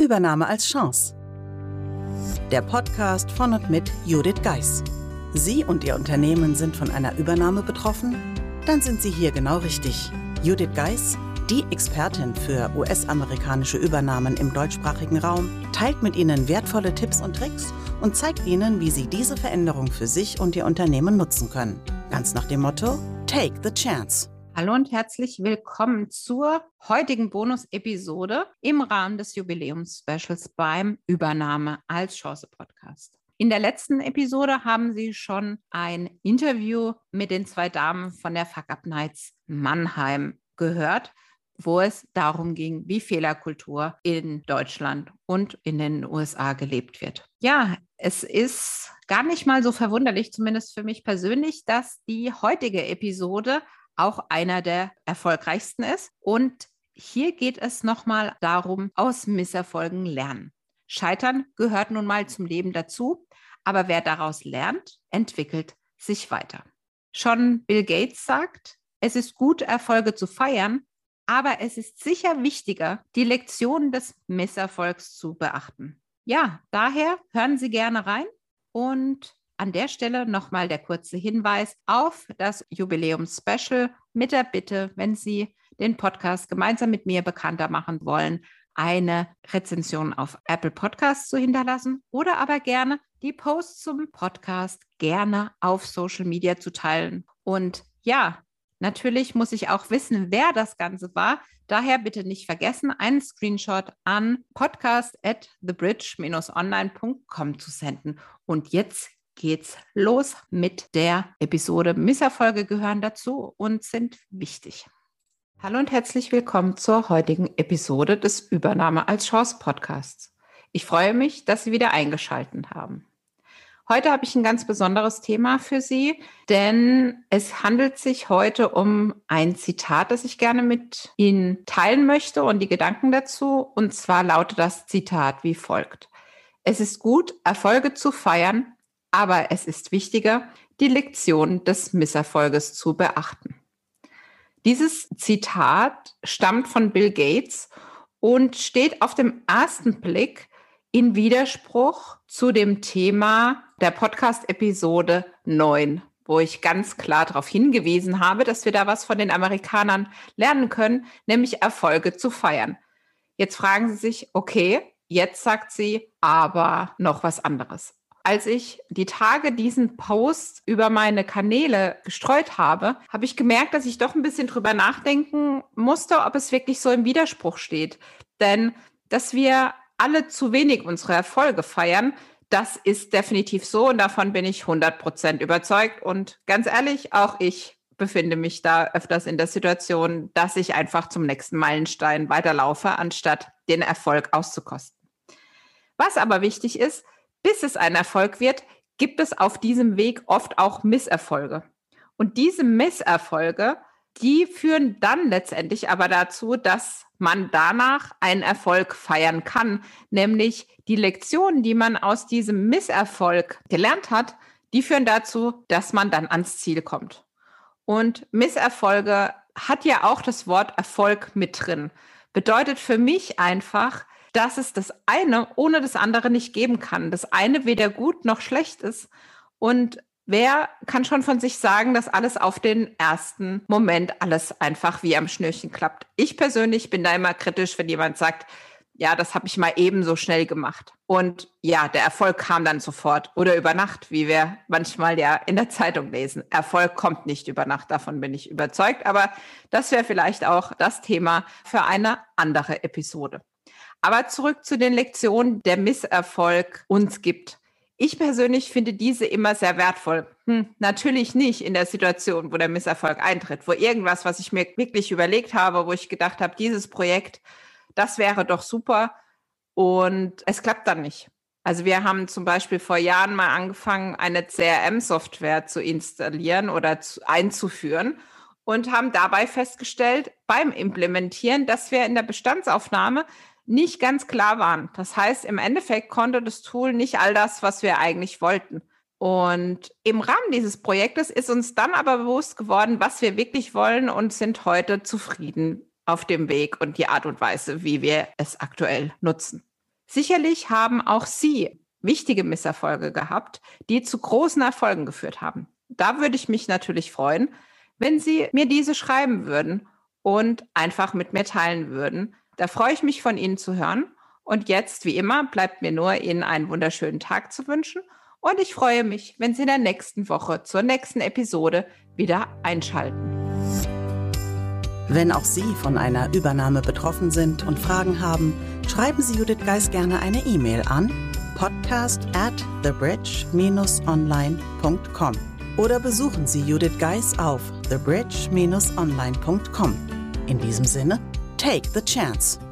Übernahme als Chance. Der Podcast von und mit Judith Geis. Sie und Ihr Unternehmen sind von einer Übernahme betroffen? Dann sind Sie hier genau richtig. Judith Geis, die Expertin für US-amerikanische Übernahmen im deutschsprachigen Raum, teilt mit Ihnen wertvolle Tipps und Tricks und zeigt Ihnen, wie Sie diese Veränderung für sich und Ihr Unternehmen nutzen können. Ganz nach dem Motto: Take the chance. Hallo und herzlich willkommen zur heutigen Bonus-Episode im Rahmen des Jubiläums-Specials beim Übernahme als Chance Podcast. In der letzten Episode haben Sie schon ein Interview mit den zwei Damen von der Fuck Up Nights Mannheim gehört, wo es darum ging, wie Fehlerkultur in Deutschland und in den USA gelebt wird. Ja, es ist gar nicht mal so verwunderlich, zumindest für mich persönlich, dass die heutige Episode auch einer der erfolgreichsten ist. Und hier geht es nochmal darum, aus Misserfolgen lernen. Scheitern gehört nun mal zum Leben dazu, aber wer daraus lernt, entwickelt sich weiter. Schon Bill Gates sagt, es ist gut, Erfolge zu feiern, aber es ist sicher wichtiger, die Lektionen des Misserfolgs zu beachten. Ja, daher hören Sie gerne rein und an der Stelle nochmal der kurze Hinweis auf das Jubiläums-Special mit der Bitte, wenn Sie den Podcast gemeinsam mit mir bekannter machen wollen, eine Rezension auf Apple Podcasts zu hinterlassen oder aber gerne die Posts zum Podcast gerne auf Social Media zu teilen. Und ja, natürlich muss ich auch wissen, wer das Ganze war. Daher bitte nicht vergessen, einen Screenshot an podcast@thebridge-online.com zu senden. Und jetzt geht's los mit der Episode. Misserfolge gehören dazu und sind wichtig. Hallo und herzlich willkommen zur heutigen Episode des Übernahme als Chance Podcasts. Ich freue mich, dass Sie wieder eingeschaltet haben. Heute habe ich ein ganz besonderes Thema für Sie, denn es handelt sich heute um ein Zitat, das ich gerne mit Ihnen teilen möchte und die Gedanken dazu. Und zwar lautet das Zitat wie folgt: Es ist gut, Erfolge zu feiern, aber es ist wichtiger, die Lektion des Misserfolges zu beachten. Dieses Zitat stammt von Bill Gates und steht auf dem ersten Blick in Widerspruch zu dem Thema der Podcast-Episode 9, wo ich ganz klar darauf hingewiesen habe, dass wir da was von den Amerikanern lernen können, nämlich Erfolge zu feiern. Jetzt fragen Sie sich, okay, jetzt sagt sie aber noch was anderes. Als ich die Tage diesen Post über meine Kanäle gestreut habe, habe ich gemerkt, dass ich doch ein bisschen drüber nachdenken musste, ob es wirklich so im Widerspruch steht. Denn dass wir alle zu wenig unsere Erfolge feiern, das ist definitiv so und davon bin ich 100% überzeugt. Und ganz ehrlich, auch ich befinde mich da öfters in der Situation, dass ich einfach zum nächsten Meilenstein weiterlaufe, anstatt den Erfolg auszukosten. Was aber wichtig ist: Bis es ein Erfolg wird, gibt es auf diesem Weg oft auch Misserfolge. Und diese Misserfolge, die führen dann letztendlich aber dazu, dass man danach einen Erfolg feiern kann. Nämlich die Lektionen, die man aus diesem Misserfolg gelernt hat, die führen dazu, dass man dann ans Ziel kommt. Und Misserfolge hat ja auch das Wort Erfolg mit drin. Bedeutet für mich einfach, dass es das eine ohne das andere nicht geben kann. Das eine weder gut noch schlecht ist. Und wer kann schon von sich sagen, dass alles auf den ersten Moment alles einfach wie am Schnürchen klappt? Ich persönlich bin da immer kritisch, wenn jemand sagt, ja, das habe ich mal eben so schnell gemacht. Und ja, der Erfolg kam dann sofort oder über Nacht, wie wir manchmal ja in der Zeitung lesen. Erfolg kommt nicht über Nacht, davon bin ich überzeugt. Aber das wäre vielleicht auch das Thema für eine andere Episode. Aber zurück zu den Lektionen, der Misserfolg uns gibt. Ich persönlich finde diese immer sehr wertvoll. Natürlich nicht in der Situation, wo der Misserfolg eintritt, wo irgendwas, was ich mir wirklich überlegt habe, wo ich gedacht habe, dieses Projekt, das wäre doch super und es klappt dann nicht. Also wir haben zum Beispiel vor Jahren mal angefangen, eine CRM-Software zu installieren oder einzuführen und haben dabei festgestellt beim Implementieren, dass wir in der Bestandsaufnahme nicht ganz klar waren. Das heißt, im Endeffekt konnte das Tool nicht all das, was wir eigentlich wollten. Und im Rahmen dieses Projektes ist uns dann aber bewusst geworden, was wir wirklich wollen und sind heute zufrieden auf dem Weg und die Art und Weise, wie wir es aktuell nutzen. Sicherlich haben auch Sie wichtige Misserfolge gehabt, die zu großen Erfolgen geführt haben. Da würde ich mich natürlich freuen, wenn Sie mir diese schreiben würden und einfach mit mir teilen würden. Da freue ich mich, von Ihnen zu hören. Und jetzt, wie immer, bleibt mir nur, Ihnen einen wunderschönen Tag zu wünschen. Und ich freue mich, wenn Sie in der nächsten Woche zur nächsten Episode wieder einschalten. Wenn auch Sie von einer Übernahme betroffen sind und Fragen haben, schreiben Sie Judith Geis gerne eine E-Mail an podcast@thebridge-online.com oder besuchen Sie Judith Geis auf thebridge-online.com. In diesem Sinne, take the chance.